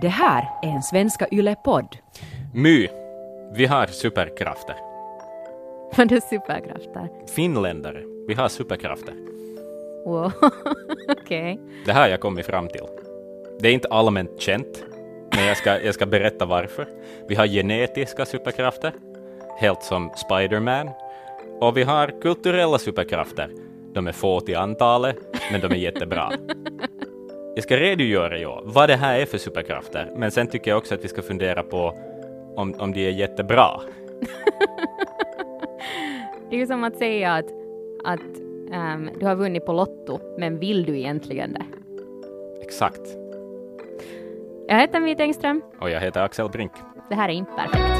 Det här är en Svenska Yle-podd. My, vi har superkrafter. Vad är superkrafter? Finländare, vi har superkrafter. Wow, okej. Det här har jag kommit fram till. Det är inte allmänt känt, men jag ska berätta varför. Vi har genetiska superkrafter, helt som Spider-Man. Och vi har kulturella superkrafter. De är få till antalet, men de är jättebra. Jag ska redogöra vad det här är för superkrafter, men sen tycker jag också att vi ska fundera på om de är jättebra. Det är ju som att säga att du har vunnit på Lotto, men vill du egentligen det? Exakt. Jag heter Mita Engström. Och jag heter Axel Brink. Det här är Imperfekt.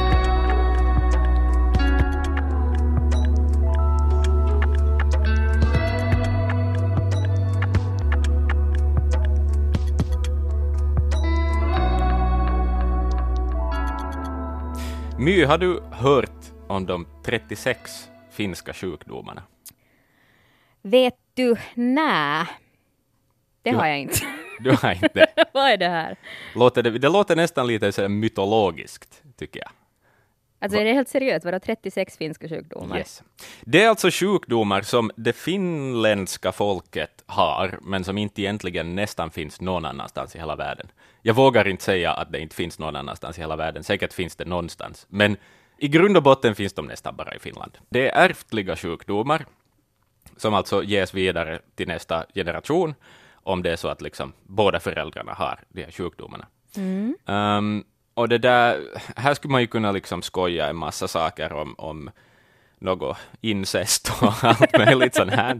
My, har du hört om de 36 finska sjukdomarna? Vet du, nej. Det har jag inte. Du har inte. Vad är det här? Det låter nästan lite så mytologiskt, tycker jag. Alltså är det helt seriöst? Var det 36 finska sjukdomar? Yes. Det är alltså sjukdomar som det finländska folket har, men som inte egentligen nästan finns någon annanstans i hela världen. Jag vågar inte säga att det inte finns någon annanstans i hela världen. Säkert finns det någonstans. Men i grund och botten finns de nästan bara i Finland. Det är ärftliga sjukdomar som alltså ges vidare till nästa generation om det är så att liksom båda föräldrarna har de här sjukdomarna. Och det där, här skulle man ju kunna liksom skoja en massa saker om något incest och allt möjligt sånt här.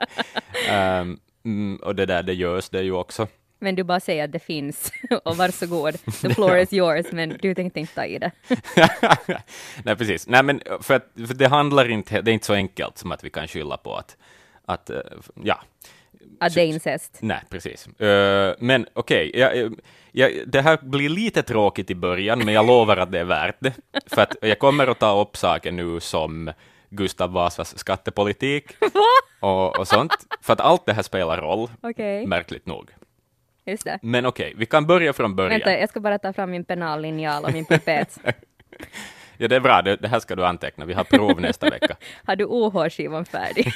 Och det där, det görs det ju också. Men du bara säger att det finns och varsågod, the floor is yours, men du tänkte inte ta i det. Nej, precis. Nej, men för det handlar inte, det är inte så enkelt som att vi kan skylla på att Att det är incest. Nej, precis. Men okej, det här blir lite tråkigt i början, men jag lovar att det är värt det. För att jag kommer att ta upp saker nu som Gustav Vasas skattepolitik och sånt. För att allt det här spelar roll, märkligt nog. Just det. Men okej, vi kan börja från början. Vänta, jag ska bara ta fram min penallinjal och min pipett. Ja, det är bra. Det här ska du anteckna. Vi har prov nästa vecka. Har du OH-skivan färdig?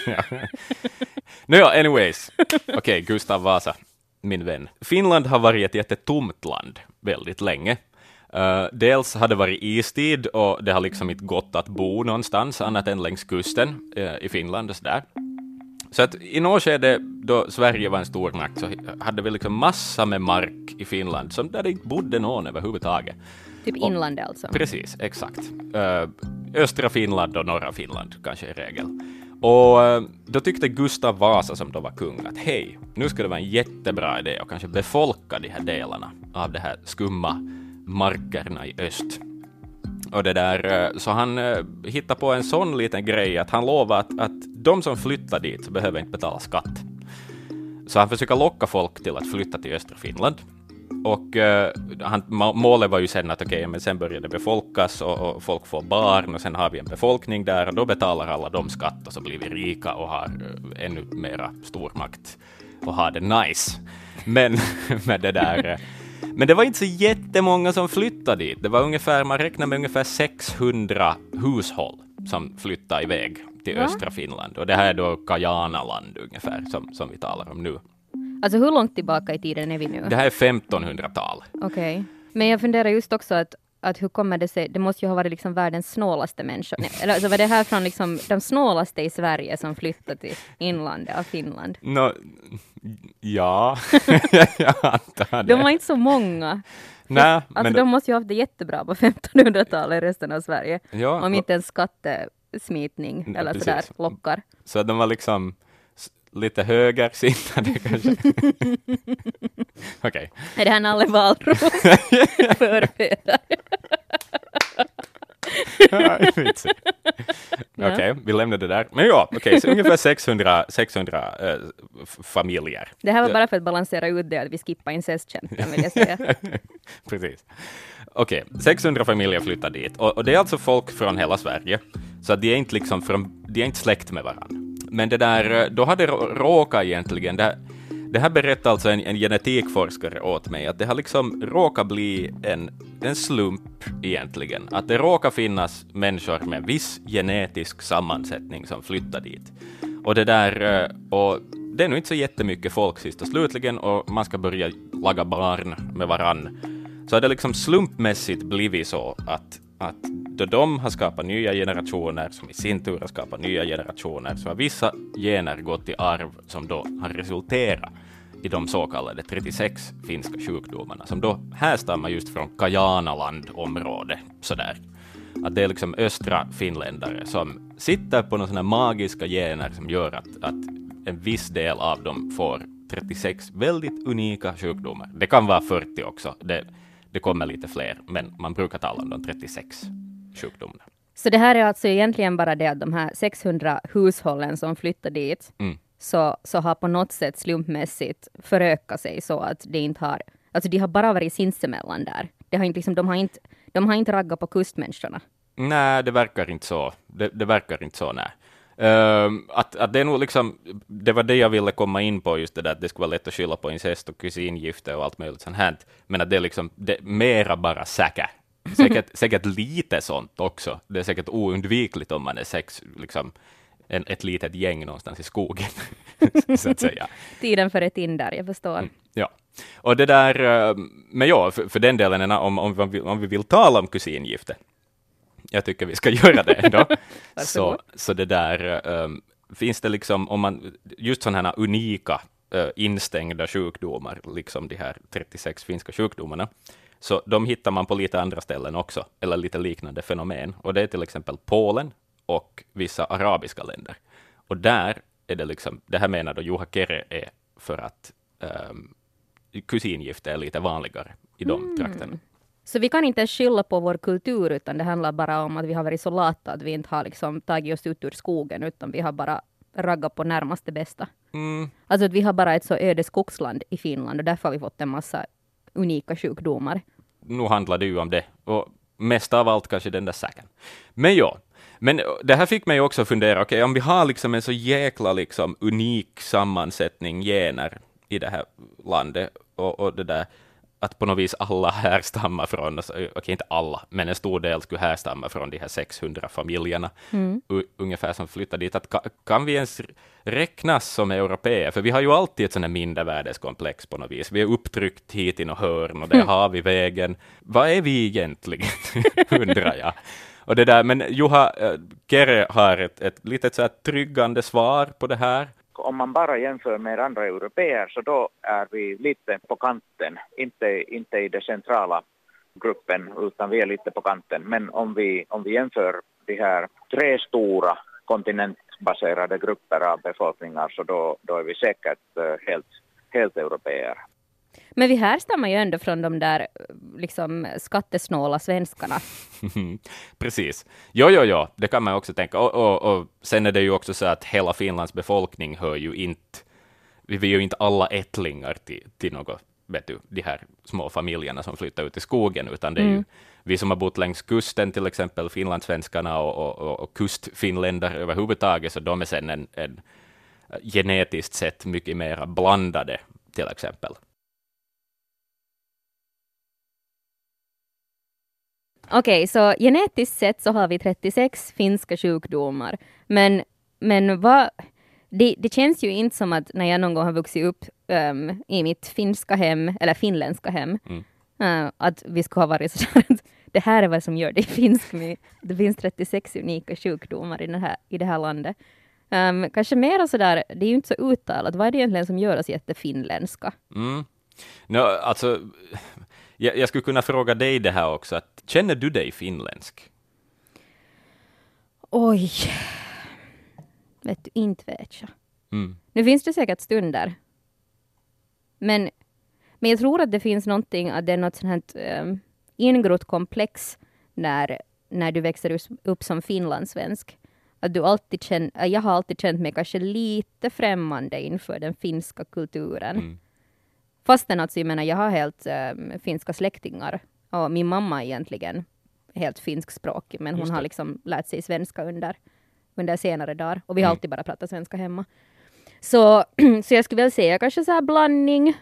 Nåja, anyways. Okej, Gustav Vasa, min vän. Finland har varit ett jättetomt land väldigt länge. Dels har det varit istid och det har liksom inte gått att bo någonstans annat än längs kusten i Finland och sådär. Så att i något skede då Sverige var en stor makt så hade vi liksom massa med mark i Finland som där det inte bodde någon överhuvudtaget. Typ inlandet alltså. Precis, exakt. Östra Finland och norra Finland kanske i regel. Och då tyckte Gustav Vasa som då var kung att hej, nu ska det vara en jättebra idé att kanske befolka de här delarna av de här skumma markerna i öst. Och det där, så han hittade på en sån liten grej att han lovade att de som flyttar dit så behöver inte betala skatt. Så han försöker locka folk till att flytta till östra Finland. Och målet var ju sen att men sen börjar det befolkas och folk får barn och sen har vi en befolkning där och då betalar alla de skatt och så blir vi rika och har ännu mera stormakt och har det nice. Men det var inte så jättemånga som flyttade dit. Det var man räknar med ungefär 600 hushåll som flyttade iväg till östra Finland. Och det här är då Kajanaland ungefär som vi talar om nu. Alltså hur långt tillbaka i tiden är vi nu? Det här är 1500-tal. Okej. Men jag funderar just också att hur kommer det sig, det måste ju ha varit liksom världens snålaste människor. Eller alltså var det här från liksom de snålaste i Sverige som flyttade till inlandet av Finland? Ja, jag antar det. De var inte så många. Nej, alltså de måste ju ha haft det jättebra på 1500-talet i resten av Sverige. Ja, om inte en skattesmitning eller sådär lockar. Så de var liksom lite högersinnade kanske. Okej. Är det här Nalle Wahlroos förfäder? Okej, vi lämnar det där. Men så ungefär 600 familjer. Det här var bara för att balansera ut det att vi skippar incestskämten, vill jag säga. Precis. Okej, 600 familjer flyttar dit. Och det är alltså folk från hela Sverige. Så de är inte liksom de är inte släkt med varandra. Men det där, då hade råkat egentligen, Det här berättar alltså en genetikforskare åt mig, att det har liksom råkat bli en slump egentligen. Att det råkar finnas människor med viss genetisk sammansättning som flyttar dit. Och det är nog inte så jättemycket folk sist och slutligen, och man ska börja laga barn med varann. Så har det liksom slumpmässigt blivit så att då de har skapat nya generationer som i sin tur har skapat nya generationer, så har vissa gener gått i arv som då har resulterat i de så kallade 36 finska sjukdomarna, som då härstammar just från Kajanaland-området. Sådär. Att det är liksom östra finländare som sitter på några sådana magiska gener som gör att en viss del av dem får 36 väldigt unika sjukdomar. Det kan vara 40 också. Det kommer lite fler, men man brukar tala om de 36 sjukdomarna. Så det här är alltså egentligen bara det att de här 600 hushållen som flyttar dit så har på något sätt slumpmässigt förökat sig så att det inte har, alltså de har bara varit sinsemellan där. Det har inte, liksom, de har inte raggat på kustmänniskorna. Nej, det verkar inte så. Det verkar inte så, nej. Att det är nog liksom, det var det jag ville komma in på, just det där att det skulle vara lätt att skylla på incest och kusingifte och allt möjligt sånt här. Men att det är liksom, det är mera bara säkert. Säkert lite sånt också. Det är säkert oundvikligt om man är liksom ett litet gäng någonstans i skogen, så att säga. Tiden för ett in där, jag förstår. Ja, och det där, men ja, för den delen, om vi vill tala om kusingifte, jag tycker vi ska göra det ändå. så det där, finns det liksom, om man, just sådana här unika instängda sjukdomar, liksom de här 36 finska sjukdomarna, så de hittar man på lite andra ställen också, eller lite liknande fenomen. Och det är till exempel Polen och vissa arabiska länder. Och där är det liksom, det här menar då Juha Kere är för att kusingifte är lite vanligare i de trakterna. Så vi kan inte skylla på vår kultur, utan det handlar bara om att vi har varit så lata att vi inte har liksom tagit oss ut ur skogen, utan vi har bara raggat på närmaste bästa. Alltså att vi har bara ett så öde skogsland i Finland, och därför har vi fått en massa unika sjukdomar. Nu handlar det ju om det, och mest av allt kanske den där säcken. Men ja, men det här fick mig också fundera, okej, om vi har liksom en så jäkla liksom unik sammansättning gener i det här landet, och det där att på något vis alla härstammar från, okej, inte alla, men en stor del skulle härstamma från de här 600 familjerna, ungefär som flyttar dit. Att kan vi ens räknas som europeer? För vi har ju alltid ett sådant här mindervärdeskomplex på något vis. Vi är upptryckt hit i något hörn, och där har vi vägen. Vad är vi egentligen, undrar jag. Och det där, men Juha Kere har ett litet så här tryggande svar på det här. Om man bara jämför med andra europeer, så då är vi lite på kanten, inte i den centrala gruppen, utan vi är lite på kanten. Men om vi jämför de här 3 stora kontinentbaserade grupper av befolkningar, så då är vi säkert helt europeer. Men vi härstammar ju ändå från de där liksom skattesnåla svenskarna. Precis. Jo, det kan man också tänka. Och sen är det ju också så att hela Finlands befolkning hör ju inte, vi är ju inte alla ättlingar till något, vet du, de här små familjerna som flyttar ut i skogen, utan det är ju vi som har bott längs kusten, till exempel finlandssvenskarna och kustfinländare överhuvudtaget, så de är sen en genetiskt sett mycket mer blandade, till exempel. Okej, så genetiskt sett så har vi 36 finska sjukdomar. Men vad... Det känns ju inte som att när jag någon gång har vuxit upp i mitt finska hem, eller finländska hem, att vi ska ha varit så att det här är vad som gör det finsk. Det finns 36 unika sjukdomar i det här landet. Kanske mer sådär, det är ju inte så uttalat. Vad är det egentligen som gör oss jättefinländska? No, alltså... Jag skulle kunna fråga dig det här också. Att, känner du dig finländsk? Oj. Vet du, inte vet jag. Nu finns det säkert stunder. Men jag tror att det finns någonting, att det är något sånt här ingrott komplex när du växer upp som finlandssvensk. Att du alltid jag har alltid känt mig kanske lite främmande inför den finska kulturen. Fastän alltså, jag har helt finska släktingar. Och min mamma är egentligen helt finskspråkig. Men hon har liksom lärt sig svenska under senare dagar. Och vi har alltid bara pratat svenska hemma. Så jag skulle väl säga kanske så här blandning.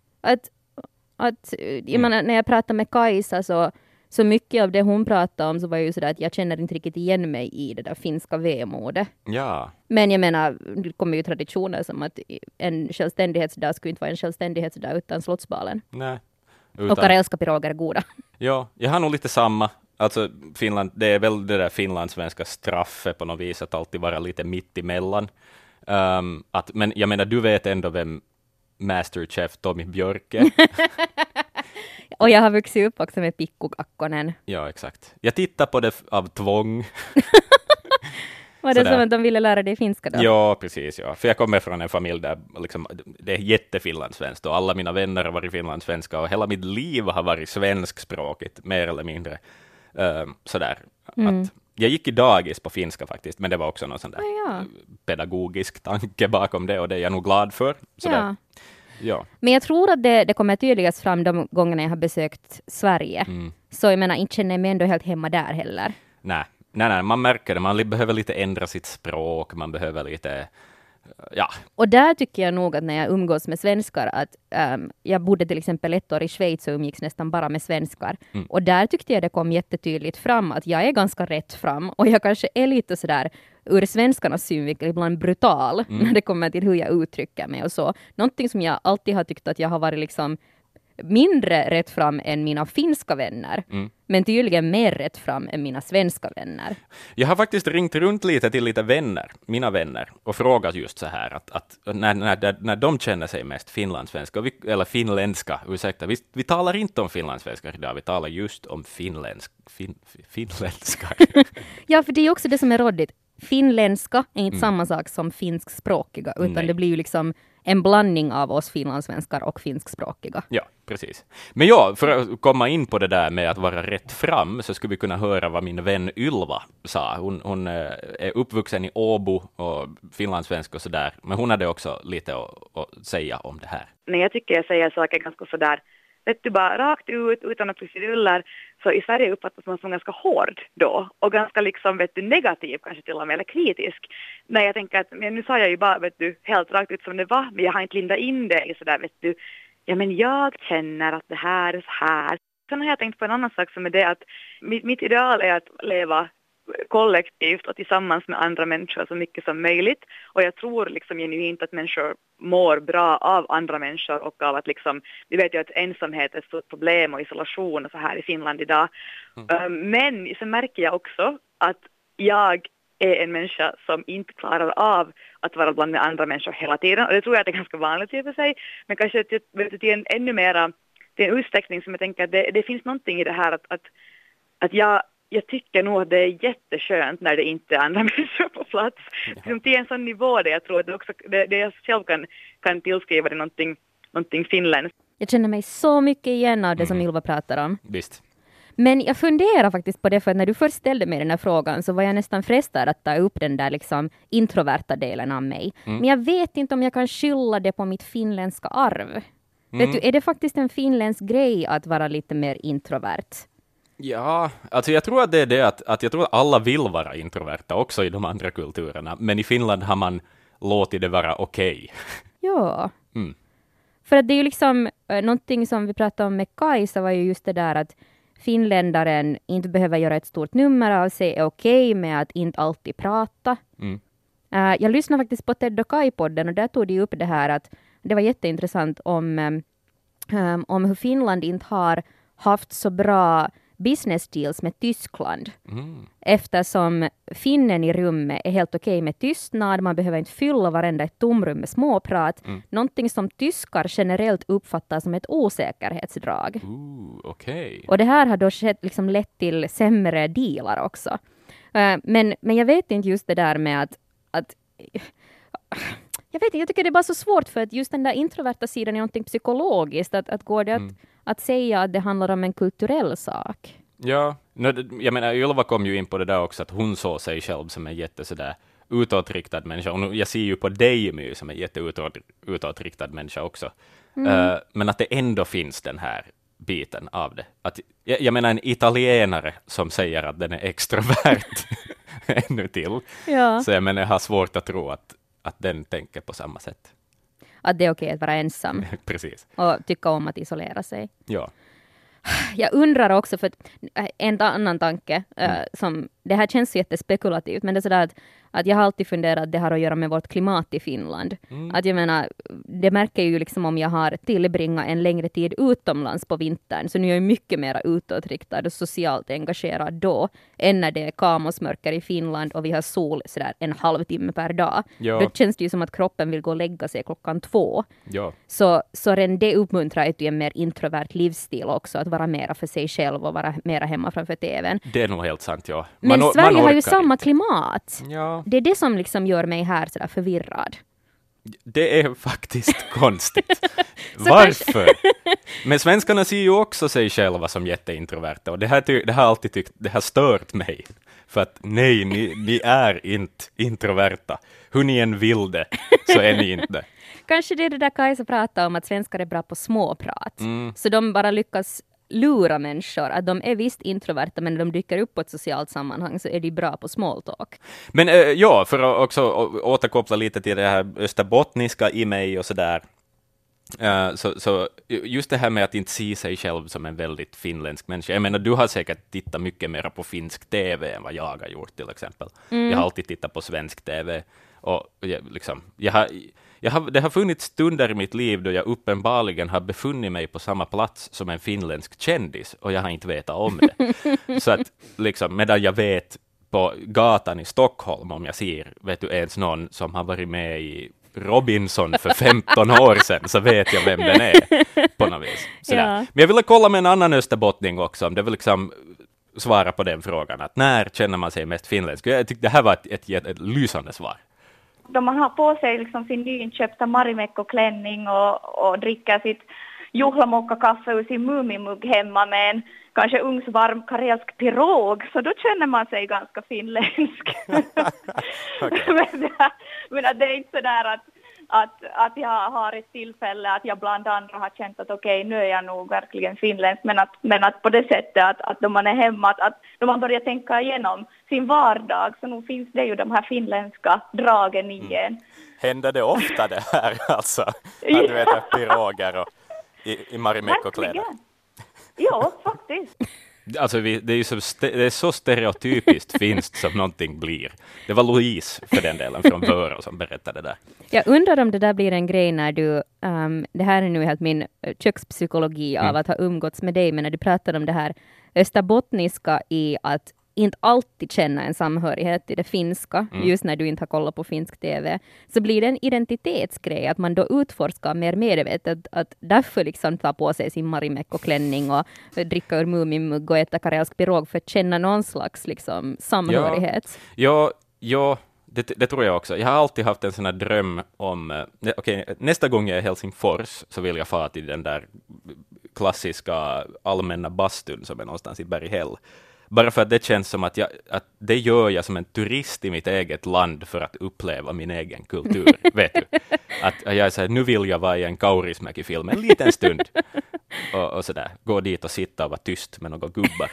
Att jag menar, när jag pratade med Kajsa så mycket av det hon pratade om så var ju sådär att jag känner inte riktigt igen mig i det där finska vemodet. Ja. Men jag menar, det kommer ju traditioner som att en självständighetsdag skulle inte vara en självständighetsdag utan Slottsbalen. Nej. Och karelska piroger är goda. Ja, jag har nog lite samma. Alltså Finland, det är väl det där finlandssvenska straffet på något vis att alltid vara lite mitt emellan. Men jag menar, du vet ändå vem Masterchef Tommy Björk är. Och jag har vuxit upp också med Pikku Kakkonen. Ja, exakt. Jag tittar på det av tvång. Var det som att de ville lära dig finska då? Ja, precis. Ja. För jag kommer från en familj där liksom, det är jättefinlandssvenskt och alla mina vänner har varit finlandssvenska och hela mitt liv har varit svenskspråkigt, mer eller mindre. Sådär. Att jag gick i dagis på finska faktiskt, men det var också någon sån där pedagogisk tanke bakom det och det är jag nog glad för. Sådär. Ja. Men jag tror att det kommer tydligast fram de gångerna jag har besökt Sverige. Så jag menar, inte känner jag mig ändå helt hemma där heller. Nej, man märker det. Man behöver lite ändra sitt språk, man behöver lite... Ja. Och där tycker jag nog att när jag umgås med svenskar att jag bodde till exempel 1 år i Schweiz och umgicks nästan bara med svenskar. Och där tyckte jag det kom jättetydligt fram att jag är ganska rätt fram och jag kanske är lite sådär ur svenskarnas synvinkel ibland brutal när det kommer till hur jag uttrycker mig och så. Någonting som jag alltid har tyckt att jag har varit liksom mindre rätt fram än mina finska vänner. Men tydligen mer rätt fram än mina svenska vänner. Jag har faktiskt ringt runt lite till vänner, mina vänner, och frågat just så här att när de känner sig mest finlandssvenska, eller finländska, ursäkta, vi talar inte om finlandssvenskar idag, vi talar just om finländskar. Ja, för det är också det som är rådigt. Finländska är inte samma sak som finskspråkiga, utan det blir ju liksom en blandning av oss finlandssvenskar och finskspråkiga. Ja, precis. Men ja, för att komma in på det där med att vara rätt fram så skulle vi kunna höra vad min vän Ylva sa. Hon är uppvuxen i Åbo och finlandssvensk och sådär, men hon hade också lite att säga om det här. Nej, jag tycker jag säger saker ganska sådär, vet du, bara rakt ut utan att krusidullar. Så i Sverige uppfattas man som ganska hård då och ganska liksom, vet du, negativ kanske till och med, eller kritisk. Nej, jag tänker att, men nu sa jag ju bara, vet du, helt rakt ut som det var, men jag har inte lindat in det i sådär, vet du, ja men jag känner att det här är så här. Sen har jag tänkt på en annan sak som är det att mitt ideal är att leva kollektivt och tillsammans med andra människor så mycket som möjligt. Och jag tror liksom genuint att människor mår bra av andra människor och av att liksom, vi vet ju att ensamhet är ett stort problem och isolation och så här i Finland idag. Men sen märker jag också att jag är en människa som inte klarar av att vara bland med andra människor hela tiden. Och det tror jag att det är ganska vanligt i och för sig. Men kanske till en ännu mera, till en utsträckning som jag tänker att det finns någonting i det här att jag tycker nog att det är jätteskönt när det inte är andra människor på plats. Liksom till en sån nivå där jag tror att det jag själv kan tillskriva det någonting finländskt. Jag känner mig så mycket igen av det som Ylva pratar om. Visst. Men jag funderar faktiskt på det, för att när du först ställde mig den här frågan så var jag nästan frestad att ta upp den där liksom introverta delen av mig. Men jag vet inte om jag kan skylla det på mitt finländska arv. Vet du, är det faktiskt en finländsk grej att vara lite mer introvert? Ja, alltså jag tror att det är det att jag tror att alla vill vara introverta också i de andra kulturerna, men i Finland har man låtit det vara okej. Ja. För att det är ju liksom någonting som vi pratade om med Kajsa var ju just det där att finländaren inte behöver göra ett stort nummer av sig, är okej med att inte alltid prata. Jag lyssnade faktiskt på Ted och Kai-podden och där tog de upp det här att det var jätteintressant om hur Finland inte har haft så bra business deals med Tyskland. Eftersom finnen i rummet är helt okej med tystnad. Man behöver inte fylla varenda ett tomrum med småprat. Någonting som tyskar generellt uppfattar som ett osäkerhetsdrag. Okay. Och det här har då liksom lett till sämre dealar också. Men jag vet inte just det där med att jag vet inte, jag tycker det är bara så svårt för att just den där introverta sidan är någonting psykologiskt. Att går det att säga att det handlar om en kulturell sak? Ja, jag menar Ylva kom ju in på det där också att hon såg sig själv som en sådär utåtriktad människa. Och jag ser ju på dig My som en jätteutåtriktad människa också. Men att det ändå finns den här biten av det. Att, jag menar en italienare som säger att den är extrovert ännu till. Ja. Så jag menar jag har svårt att tro att den tänker på samma sätt. Att det är okej att vara ensam. Precis. Och tycka om att isolera sig. Ja. Jag undrar också, för en annan tanke, som, det här känns jättespekulativt, men det är sådär att jag har alltid funderat att det har att göra med vårt klimat i Finland. Att jag menar, det märker ju liksom om jag har tillbringat en längre tid utomlands på vintern, så nu är jag mycket mer utåtriktad och socialt engagerad då, än när det är kaosmörker i Finland och vi har sol sådär en halvtimme per dag. Ja. Då känns det ju som att kroppen vill gå och lägga sig 2:00. Ja. Så redan det uppmuntrar ju till en mer introvert livsstil också, att vara mera för sig själv och vara mera hemma framför tvn. Det är nog helt sant, ja. Men Sverige har ju orkar samma inte. klimat. Ja. Det är det som liksom gör mig här sådär förvirrad. Det är faktiskt konstigt. Varför? Men svenskarna ser ju också sig själva som jätteintroverta, och det har alltid tyckt, det har stört mig. För att nej, ni är inte introverta. Hur ni än vill det, så är ni inte. Kanske det är det där Kajsa pratar om, att svenskar är bra på småprat. Så de bara lyckas lura människor att de är visst introverta, men när de dyker upp på ett socialt sammanhang så är de bra på small talk. Men ja, för att också återkoppla lite till det här österbottniska i mig och sådär. Så just det här med att inte se sig själv som en väldigt finländsk människa. Jag menar, du har säkert tittat mycket mer på finsk tv än vad jag har gjort till exempel. Jag har alltid tittat på svensk tv. Och det har funnits stunder i mitt liv då jag uppenbarligen har befunnit mig på samma plats som en finländsk kändis, och jag har inte vetat om det. Så att liksom, medan jag vet på gatan i Stockholm, om jag ser, vet du, ens någon som har varit med i Robinson för 15 år sedan, så vet jag vem den är på något vis. Ja. Men jag ville kolla med en annan österbottning också, om det vill liksom svara på den frågan, att när känner man sig mest finländsk? Jag tyckte det här var ett lysande svar. Då man har på sig liksom sin nyinköpta Marimekko-klänning och dricker sitt juhlamokkakaffe ur sin mumimugg hemma med en kanske ugnsvarm karelsk pirog, så då känner man sig ganska finländsk. Men det är inte så där att jag har ett tillfälle att jag bland andra har känt att okej, nu är jag nog verkligen finländsk, men att på det sättet att då man är hemma, att då man börjar tänka igenom sin vardag, så nog finns det ju de här finländska dragen i en. Händer det ofta det här alltså? Att du äter piroger och i Marimekko-kläder? Ja, faktiskt. Alltså det är så stereotypiskt finskt som någonting blir. Det var Louise för den delen från Vörå som berättade det där. Jag undrar om det där blir en grej när du, det här är nu helt min kökspsykologi av att ha umgåtts med dig, men när du pratar om det här österbottniska i att inte alltid känna en samhörighet till det finska, just när du inte har kollat på finsk tv, så blir det en identitetsgrej att man då utforskar mer medvetet, att därför liksom ta på sig sin Marimekko-klänning och dricka ur mumimugg och äta karelsk pirog för att känna någon slags liksom samhörighet. Ja, det tror jag också. Jag har alltid haft en sån här dröm om, nästa gång jag är i Helsingfors så vill jag fara till den där klassiska allmänna bastun som är någonstans i Berghäll. Bara för att det känns som att det gör jag som en turist i mitt eget land för att uppleva min egen kultur, vet du. Att jag säger, nu vill jag vara i en Kaurismäki-film en liten stund. Och sådär, gå dit och sitta och vara tyst med några gubbar.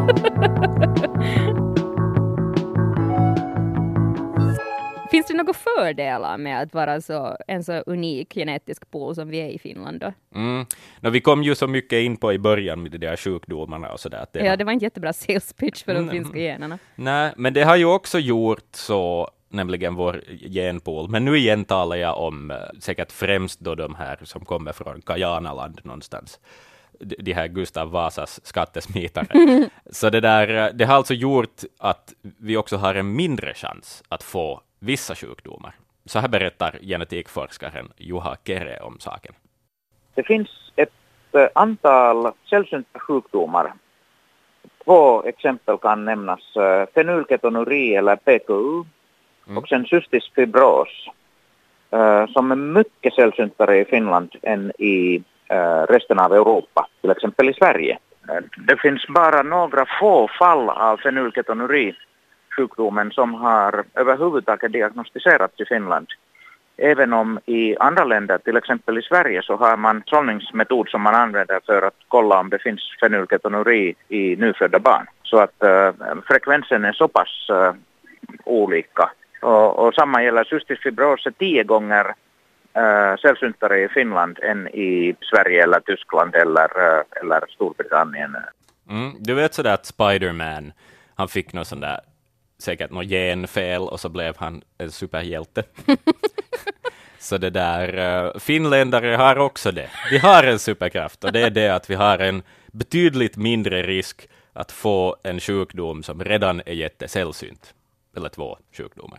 Finns det några fördelar med att vara en så unik genetisk pool som vi är i Finland då? Vi kom ju så mycket in på i början med de där sjukdomarna och sådär. Det var inte jättebra sales pitch för de finska generna. Nej, men det har ju också gjort så, nämligen vår genpool. Men nu igen talar jag om säkert främst då de här som kommer från Kajanaland någonstans. De här Gustav Vasas skattesmitare. Så det har alltså gjort att vi också har en mindre chans att få vissa sjukdomar. Så här berättar genetikforskaren Juha Kere om saken. Det finns ett antal sällsynta sjukdomar. 2 exempel kan nämnas: fenylketonuri eller PKU och sen cystisk fibros, som är mycket sällsyntare i Finland än i resten av Europa, till exempel i Sverige. Det finns bara några få fall av fenylketonuri-sjukdomen som har överhuvudtaget diagnostiserats i Finland. Även om i andra länder, till exempel i Sverige, så har man sållningsmetod som man använder för att kolla om det finns fenylketonuri i nyfödda barn. Så att frekvensen är så pass olika Och samma gäller cystisk fibros är 10 gånger sällsyntare i Finland än i Sverige eller Tyskland eller Storbritannien. Du vet sådär att Spider-Man, han fick något sån där, säkert något genfel och så blev han en superhjälte. Så det där, finländare har också det. Vi har en superkraft och det är det att vi har en betydligt mindre risk att få en sjukdom som redan är jättesällsynt. Eller 2 sjukdomar.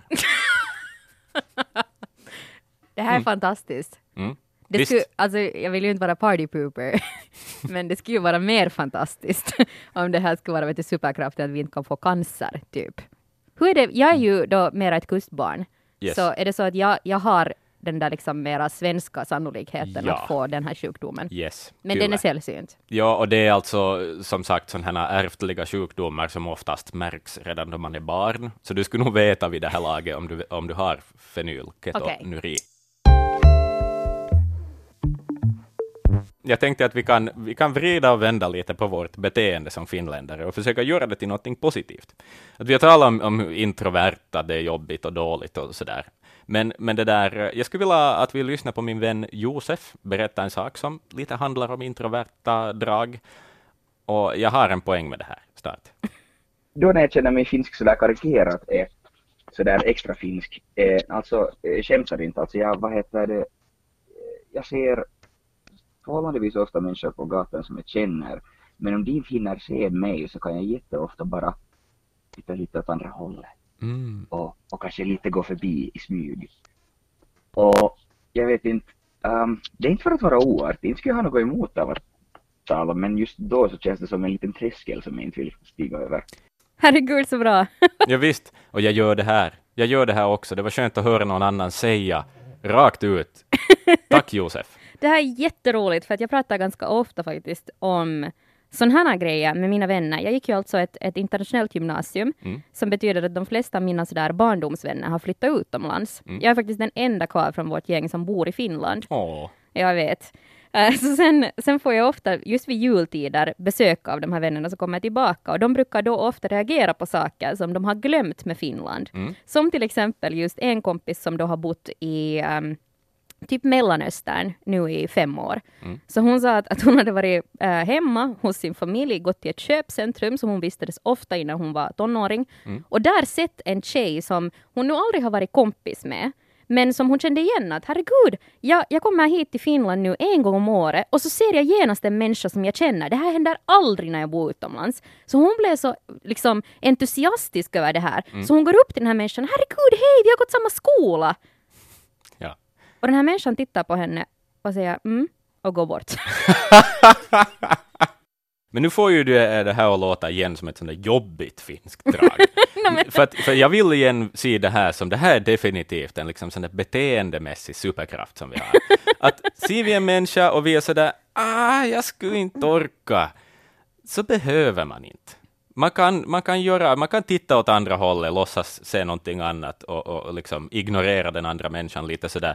Det här är fantastiskt. Det skulle, alltså, jag vill ju inte vara partypooper, men det skulle ju vara mer fantastiskt om det här skulle vara superkraften att vi inte kan få cancer, typ. Hur är det? Jag är ju då mera ett kustbarn. Yes. Så är det så att jag har den där liksom mera svenska sannolikheten att få den här sjukdomen. Yes, men tyvärr. den är sällsynt. Ja, och det är alltså som sagt sådana här ärftliga sjukdomar som oftast märks redan då man är barn. Så du skulle nog veta vid det här laget om du har fenylketonuria. Okay. Jag tänkte att vi kan vrida och vända lite på vårt beteende som finländare och försöka göra det till något positivt. Att vi har talat om hur introverta det är jobbigt och dåligt och sådär. Men det där, jag skulle vilja att vi lyssnar på min vän Josef berätta en sak som lite handlar om introverta drag. Och jag har en poäng med det här snart. Då när jag känner mig finsk sådär karikerat är sådär extra finsk. Alltså, skämtar inte. Alltså, jag ser förhållandevis ofta människor på gatan som jag känner. Men om de hinner se mig så kan jag jätteofta bara titta lite åt andra hållet. Och kanske lite gå förbi i smyg. Och jag vet inte, det är inte för att vara oartig, inte skulle jag ha något emot av att tala, men just då så känns det som en liten träskel som jag inte vill stiga över. Herregud, så bra. Ja visst, och jag gör det här också. Det var skönt att höra någon annan säga rakt ut. Tack Josef. Det här är jätteroligt för att jag pratar ganska ofta faktiskt om sådana här grejer med mina vänner. Jag gick ju alltså ett internationellt gymnasium som betyder att de flesta av mina sådär barndomsvänner har flyttat utomlands. Jag är faktiskt den enda kvar från vårt gäng som bor i Finland. Jag vet. Så sen får jag ofta, just vid jultider, besök av de här vännerna som kommer tillbaka. Och de brukar då ofta reagera på saker som de har glömt med Finland. Som till exempel just en kompis som då har bott i typ Mellanöstern nu i 5 år. Så hon sa att hon hade varit hemma hos sin familj, gått till ett köpcentrum som hon vistades ofta innan hon var tonåring. Och där sett en tjej som hon nu aldrig har varit kompis med. Men som hon kände igen att herregud, jag kommer hit till Finland nu 1 gång om året och så ser jag genast en människa som jag känner. Det här händer aldrig när jag bor utomlands. Så hon blev så liksom entusiastisk över det här. Så hon går upp till den här människan. Herregud, hej, vi har gått samma skola. Ja. Och den här människan tittar på henne och säger och går bort. Men nu får ju det här att låta igen som ett sånt där jobbigt finskt drag. för jag vill igen se det här som det här är definitivt en liksom sån där beteendemässig superkraft som vi har. Att ser vi en människa och vi är sådär, jag skulle inte orka, så behöver man inte. Man kan titta åt andra hållet, låtsas se någonting annat och liksom ignorera den andra människan lite sådär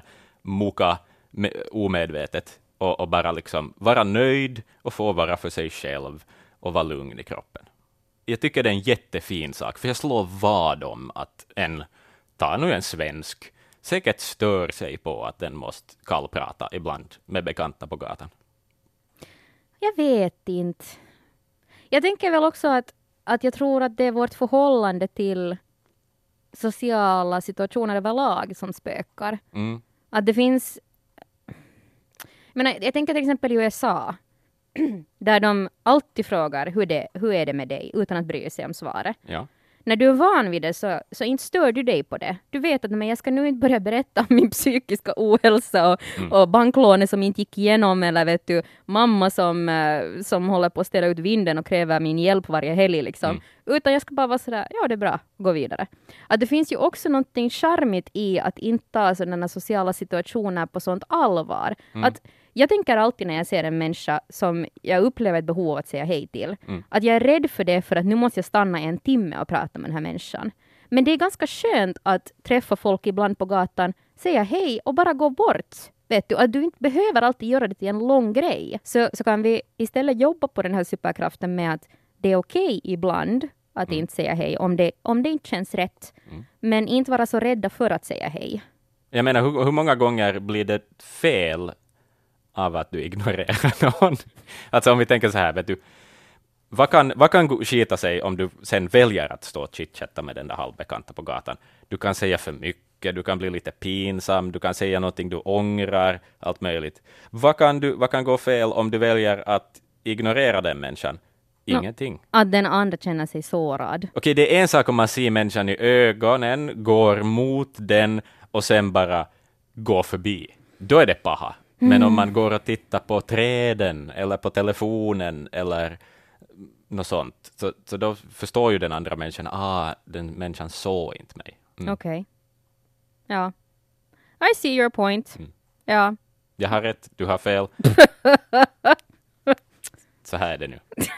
omedvetet. Och bara liksom vara nöjd och få vara för sig själv och vara lugn i kroppen. Jag tycker det är en jättefin sak, för jag slår vad om att ta nu en svensk, säkert stör sig på att den måste kallprata ibland med bekanta på gatan. Jag vet inte. Jag tänker väl också att jag tror att det är vårt förhållande till sociala situationer överlag som spökar. Att det finns... Men jag tänker till exempel i USA där de alltid frågar hur är det med dig utan att bry sig om svaret. Ja. När du är van vid det så inte stör du dig på det. Du vet att men jag ska nu inte börja berätta om min psykiska ohälsa och banklånet som inte gick igenom eller vet du, mamma som håller på att ställa ut vinden och kräver min hjälp varje helg liksom. Utan jag ska bara vara sådär, ja det är bra, gå vidare. Att det finns ju också någonting charmigt i att inte ta sådana sociala situationer på sånt allvar. Att jag tänker alltid när jag ser en människa som jag upplever ett behov av att säga hej till. Att jag är rädd för det för att nu måste jag stanna 1 timme och prata med den här människan. Men det är ganska skönt att träffa folk ibland på gatan, säga hej och bara gå bort. Vet du, att du inte behöver alltid göra det till en lång grej. Så kan vi istället jobba på den här superkraften med att det är okej ibland att inte säga hej om det inte känns rätt. Men inte vara så rädda för att säga hej. Jag menar, hur många gånger blir det fel av att du ignorerar någon? Alltså om vi tänker så här, vet du, vad kan skita sig om du sen väljer att stå och chitchatta med den där halvbekanta på gatan? Du kan säga för mycket, du kan bli lite pinsam, du kan säga någonting du ångrar, allt möjligt. Vad kan gå fel om du väljer att ignorera den människan? Ingenting. Att den andra känner sig sårad. Okej, det är en sak om man ser människan i ögonen, går mot den och sen bara går förbi. Då är det paha. Men om man går och tittar på träden eller på telefonen eller något sånt, så då förstår ju den andra människan, den människan såg inte mig. Okej. Ja. I see your point. Ja. Jag har rätt, du har fel. Så här är det nu.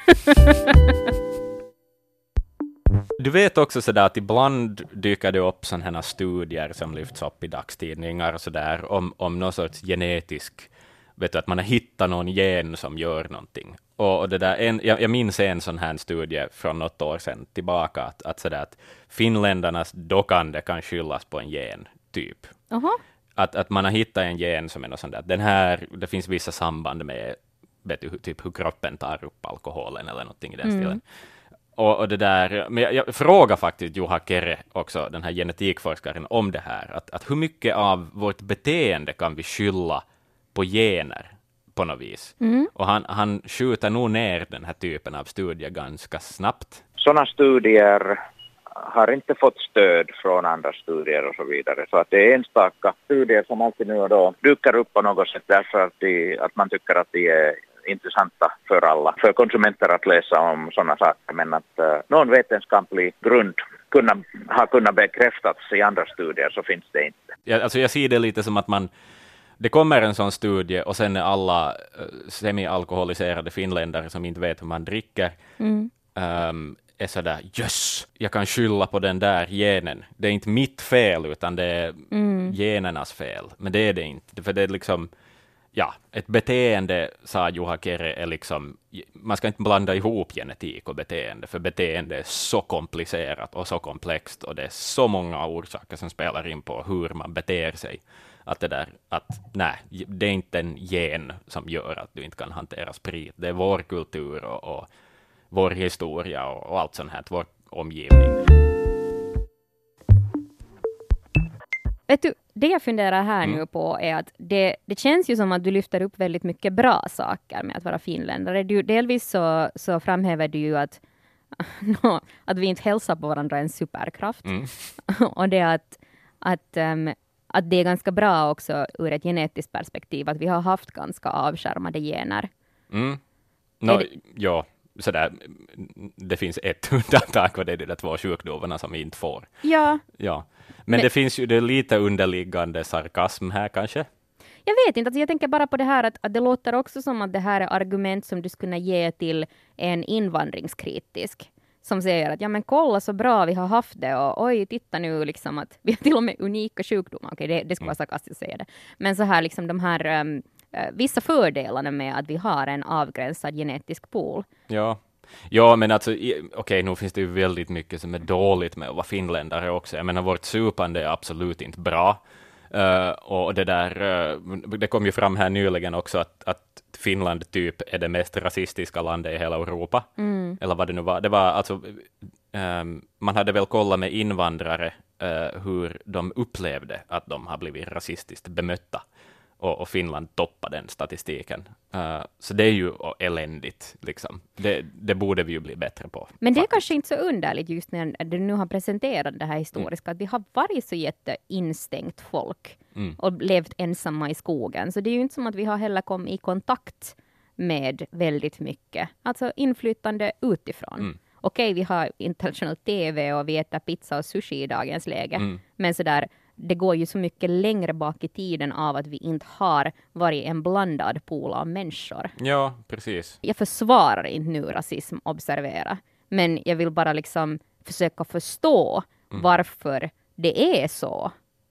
Du vet också sådär att ibland dyker det upp sådana här studier som lyfts upp i dagstidningar och sådär om någon sorts genetisk, vet du, att man har hittat någon gen som gör någonting. Och det där, jag minns en sån här studie från något år sedan tillbaka att sådär att finländarnas dockande kan skyllas på en gen, typ. Att man har hittat en gen som är något sånt där, den här, det finns vissa samband med, vet du, typ hur kroppen tar upp alkoholen eller någonting i den stilen. Och det där, men jag frågar faktiskt Juha Kere också, den här genetikforskaren, om det här, att hur mycket av vårt beteende kan vi skylla på gener på något vis. Och han skjuter nog ner den här typen av studier ganska snabbt. Sådana studier har inte fått stöd från andra studier och så vidare. Så att det är enstaka studier som alltid nu och då dyker upp på något sätt därför att man tycker att de är intressanta för alla, för konsumenter att läsa om sådana saker. Men att någon vetenskaplig grund har kunnat bekräftats i andra studier så finns det inte. Alltså jag ser det lite som att det kommer en sån studie och sen är alla semi-alkoholiserade finländare som inte vet hur man dricker är sådär, jag kan skylla på den där genen. Det är inte mitt fel utan det är genernas fel. Men det är det inte. För det är liksom, ett beteende, sa Juha Kere, är liksom, man ska inte blanda ihop genetik och beteende, för beteende är så komplicerat och så komplext och det är så många orsaker som spelar in på hur man beter sig. Det är inte en gen som gör att du inte kan hantera sprit. Det är vår kultur och vår historia och allt sånt här, vår omgivning. Vet du, det jag funderar här nu på är att det känns ju som att du lyfter upp väldigt mycket bra saker med att vara finländare. Delvis så framhäver du ju att vi inte hälsar på varandra en superkraft. Och det att det är ganska bra också ur ett genetiskt perspektiv att vi har haft ganska avskärmade gener. Ja, sådär, det finns ett undantag och det är de där 2 sjukdomarna som vi inte får. Ja. Men det finns ju det lite underliggande sarkasm här kanske. Jag vet inte, alltså jag tänker bara på det här att det låter också som att det här är argument som du skulle ge till en invandringskritisk som säger att men kolla så bra vi har haft det och oj, titta nu liksom att vi har till och med unika sjukdomar. Okej, det skulle vara sarkastiskt att säga det. Men så här liksom de här vissa fördelarna med att vi har en avgränsad genetisk pool. Ja, men alltså, nu finns det ju väldigt mycket som är dåligt med att vara finländare också. Jag menar, vårt supande är absolut inte bra. Och det kom ju fram här nyligen också att Finland typ är det mest rasistiska landet i hela Europa. Eller vad det nu var. Det var alltså, man hade väl kollat med invandrare hur de upplevde att de har blivit rasistiskt bemötta. Och Finland toppar den statistiken. Så det är ju eländigt. Liksom. Det borde vi ju bli bättre på. Men det är kanske inte så underligt just när du nu har presenterat det här historiska. Att vi har varit så jätteinstängt folk och levt ensamma i skogen. Så det är ju inte som att vi har heller kommit i kontakt med väldigt mycket. Alltså inflytande utifrån. Okej, vi har internationell tv och vi äter pizza och sushi i dagens läge. Men sådär, det går ju så mycket längre bak i tiden av att vi inte har varit en blandad pool av människor. Ja, precis. Jag försvarar inte nu rasism, observera. Men jag vill bara liksom försöka förstå varför det är så.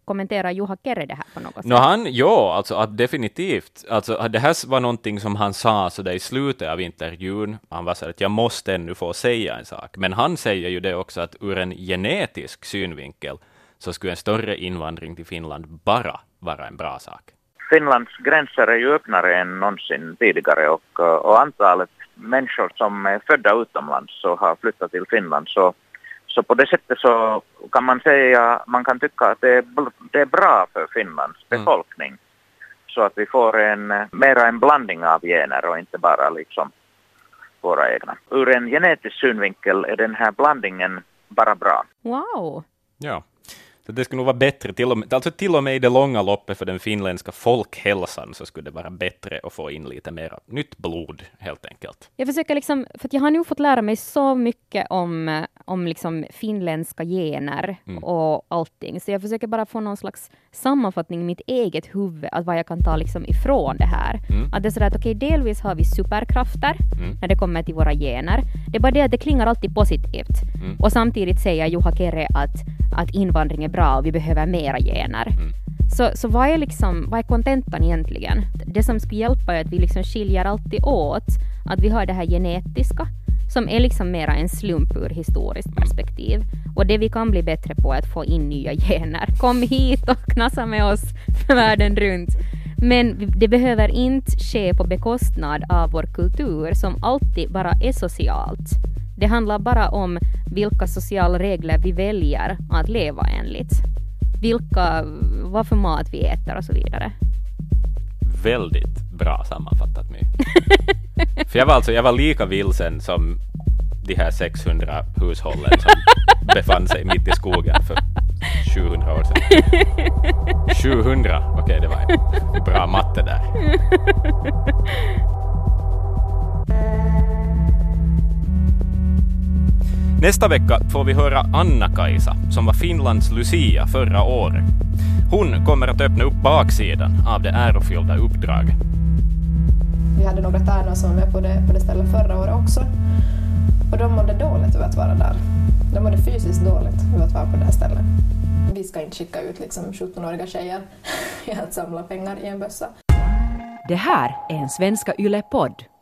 kommenterar Juha Kere det här på något sätt? Alltså att definitivt. Alltså att det här var någonting som han sa så där i slutet av intervjun. Han var så att jag måste ännu få säga en sak. Men han säger ju det också att ur en genetisk synvinkel så skulle en större invandring till Finland bara vara en bra sak. Finlands gränser är ju öppnare än någonsin tidigare och antalet människor som är födda utomlands och har flyttat till Finland så på det sättet så kan man säga, man kan tycka att det är bra för Finlands befolkning. Så att vi får mera en blandning av gener och inte bara liksom våra egna. Ur en genetisk synvinkel är den här blandningen bara bra. Wow! Ja. Så det skulle nog vara bättre, till och med i det långa loppet för den finländska folkhälsan så skulle det vara bättre att få in lite mer nytt blod helt enkelt. Jag försöker liksom, för att jag har nu fått lära mig så mycket om liksom finländska gener och allting. Så jag försöker bara få någon slags sammanfattning i mitt eget huvud, att vad jag kan ta liksom ifrån det här. Att det är sådär att okej, delvis har vi superkrafter när det kommer till våra gener. Det är bara det att det klingar alltid positivt. Och samtidigt säger Juha Kere att invandring är bra och vi behöver mera gener. Så vad är kontentan egentligen? Det som skulle hjälpa är att vi liksom skiljer alltid åt att vi har det här genetiska som är liksom mera en slump ur historiskt perspektiv. Och det vi kan bli bättre på är att få in nya gener. Kom hit och knassa med oss världen runt. Men det behöver inte ske på bekostnad av vår kultur som alltid bara är socialt. Det handlar bara om vilka sociala regler vi väljer att leva enligt. Vad för mat vi äter och så vidare. Väldigt bra sammanfattat mig. För jag var lika vilsen som de här 600 hushållen som befann sig mitt i skogen för 700 år sedan. 700, okej, det var en bra matte där. Nästa vecka får vi höra Anna-Kaisa som var Finlands Lucia förra året. Hon kommer att öppna upp baksidan av det ärofyllda uppdraget. Vi hade några tärnor som var med på det stället förra året också. Och de mådde dåligt över att vara där. De mådde fysiskt dåligt över att vara på det här stället. Vi ska inte skicka ut liksom 17-åriga tjejer att samla pengar i en bössa. Det här är en Svenska Yle-podd.